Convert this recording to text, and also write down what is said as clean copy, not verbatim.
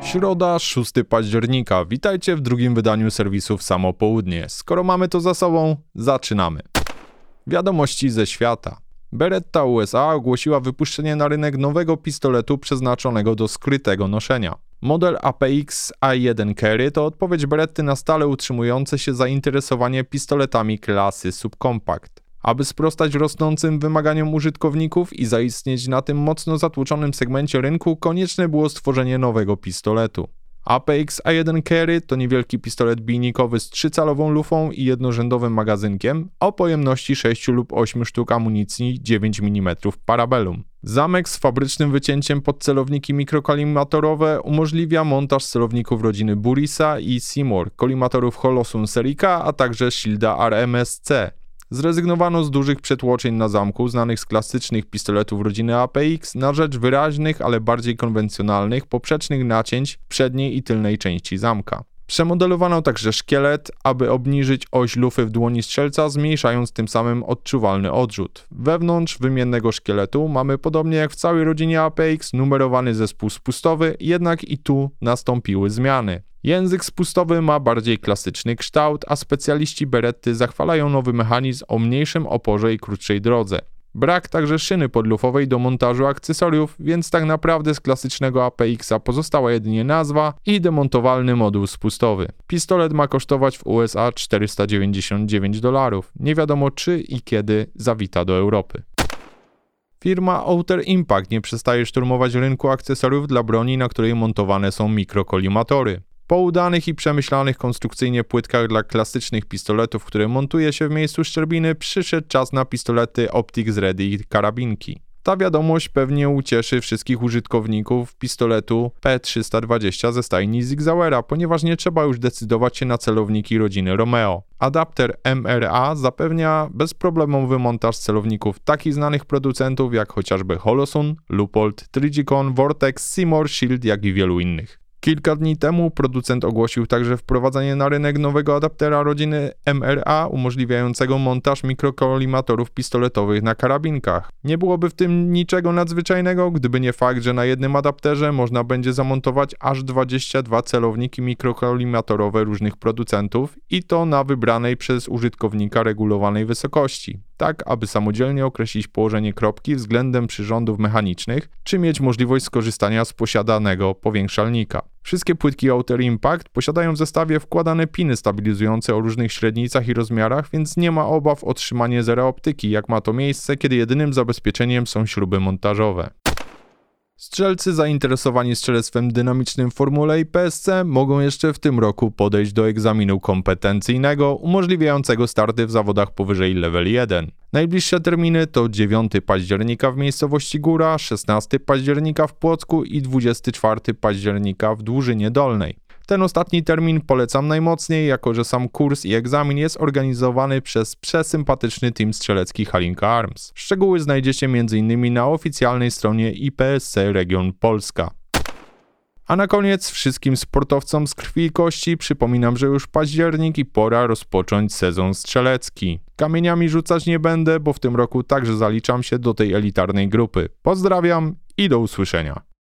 Środa, 6 października. Witajcie w drugim wydaniu serwisu w samo południe. Skoro mamy to za sobą, zaczynamy. Wiadomości ze świata. Beretta USA ogłosiła wypuszczenie na rynek nowego pistoletu przeznaczonego do skrytego noszenia. Model APX A1 Carry to odpowiedź Beretty na stale utrzymujące się zainteresowanie pistoletami klasy subcompact. Aby sprostać rosnącym wymaganiom użytkowników i zaistnieć na tym mocno zatłoczonym segmencie rynku, konieczne było stworzenie nowego pistoletu. APX A1 Carry to niewielki pistolet bijnikowy z 3-calową lufą i jednorzędowym magazynkiem o pojemności 6 lub 8 sztuk amunicji 9 mm Parabellum. Zamek z fabrycznym wycięciem pod celowniki mikrokolimatorowe umożliwia montaż celowników rodziny Burisa i Seymour, kolimatorów Holosun serii K, a także Shielda RMSC. Zrezygnowano z dużych przetłoczeń na zamku, znanych z klasycznych pistoletów rodziny APX, na rzecz wyraźnych, ale bardziej konwencjonalnych, poprzecznych nacięć przedniej i tylnej części zamka. Przemodelowano także szkielet, aby obniżyć oś lufy w dłoni strzelca, zmniejszając tym samym odczuwalny odrzut. Wewnątrz wymiennego szkieletu mamy, podobnie jak w całej rodzinie APX, numerowany zespół spustowy, jednak i tu nastąpiły zmiany. Język spustowy ma bardziej klasyczny kształt, a specjaliści Beretty zachwalają nowy mechanizm o mniejszym oporze i krótszej drodze. Brak także szyny podlufowej do montażu akcesoriów, więc tak naprawdę z klasycznego APX-a pozostała jedynie nazwa i demontowalny moduł spustowy. Pistolet ma kosztować w USA $499. Nie wiadomo czy i kiedy zawita do Europy. Firma Outer Impact nie przestaje szturmować rynku akcesoriów dla broni, na której montowane są mikrokolimatory. Po udanych i przemyślanych konstrukcyjnie płytkach dla klasycznych pistoletów, które montuje się w miejscu szczerbiny, przyszedł czas na pistolety Optics Ready i karabinki. Ta wiadomość pewnie ucieszy wszystkich użytkowników pistoletu P320 ze stajni Sig Sauera, ponieważ nie trzeba już decydować się na celowniki rodziny Romeo. Adapter MRA zapewnia bezproblemowy montaż celowników takich znanych producentów jak chociażby Holosun, Leupold, Trijicon, Vortex, Seymour, Shield, jak i wielu innych. Kilka dni temu producent ogłosił także wprowadzenie na rynek nowego adaptera rodziny MRA umożliwiającego montaż mikrokolimatorów pistoletowych na karabinkach. Nie byłoby w tym niczego nadzwyczajnego, gdyby nie fakt, że na jednym adapterze można będzie zamontować aż 22 celowniki mikrokolimatorowe różnych producentów i to na wybranej przez użytkownika regulowanej wysokości, tak aby samodzielnie określić położenie kropki względem przyrządów mechanicznych, czy mieć możliwość skorzystania z posiadanego powiększalnika. Wszystkie płytki Outer Impact posiadają w zestawie wkładane piny stabilizujące o różnych średnicach i rozmiarach, więc nie ma obaw o trzymanie zera optyki, jak ma to miejsce, kiedy jedynym zabezpieczeniem są śruby montażowe. Strzelcy zainteresowani strzelectwem dynamicznym w Formule i PSC mogą jeszcze w tym roku podejść do egzaminu kompetencyjnego umożliwiającego starty w zawodach powyżej Level 1. Najbliższe terminy to 9 października w miejscowości Góra, 16 października w Płocku i 24 października w Dłużynie Dolnej. Ten ostatni termin polecam najmocniej, jako że sam kurs i egzamin jest organizowany przez przesympatyczny team strzelecki Halinka Arms. Szczegóły znajdziecie m.in. na oficjalnej stronie IPSC Region Polska. A na koniec wszystkim sportowcom z krwi i kości przypominam, że już październik i pora rozpocząć sezon strzelecki. Kamieniami rzucać nie będę, bo w tym roku także zaliczam się do tej elitarnej grupy. Pozdrawiam i do usłyszenia.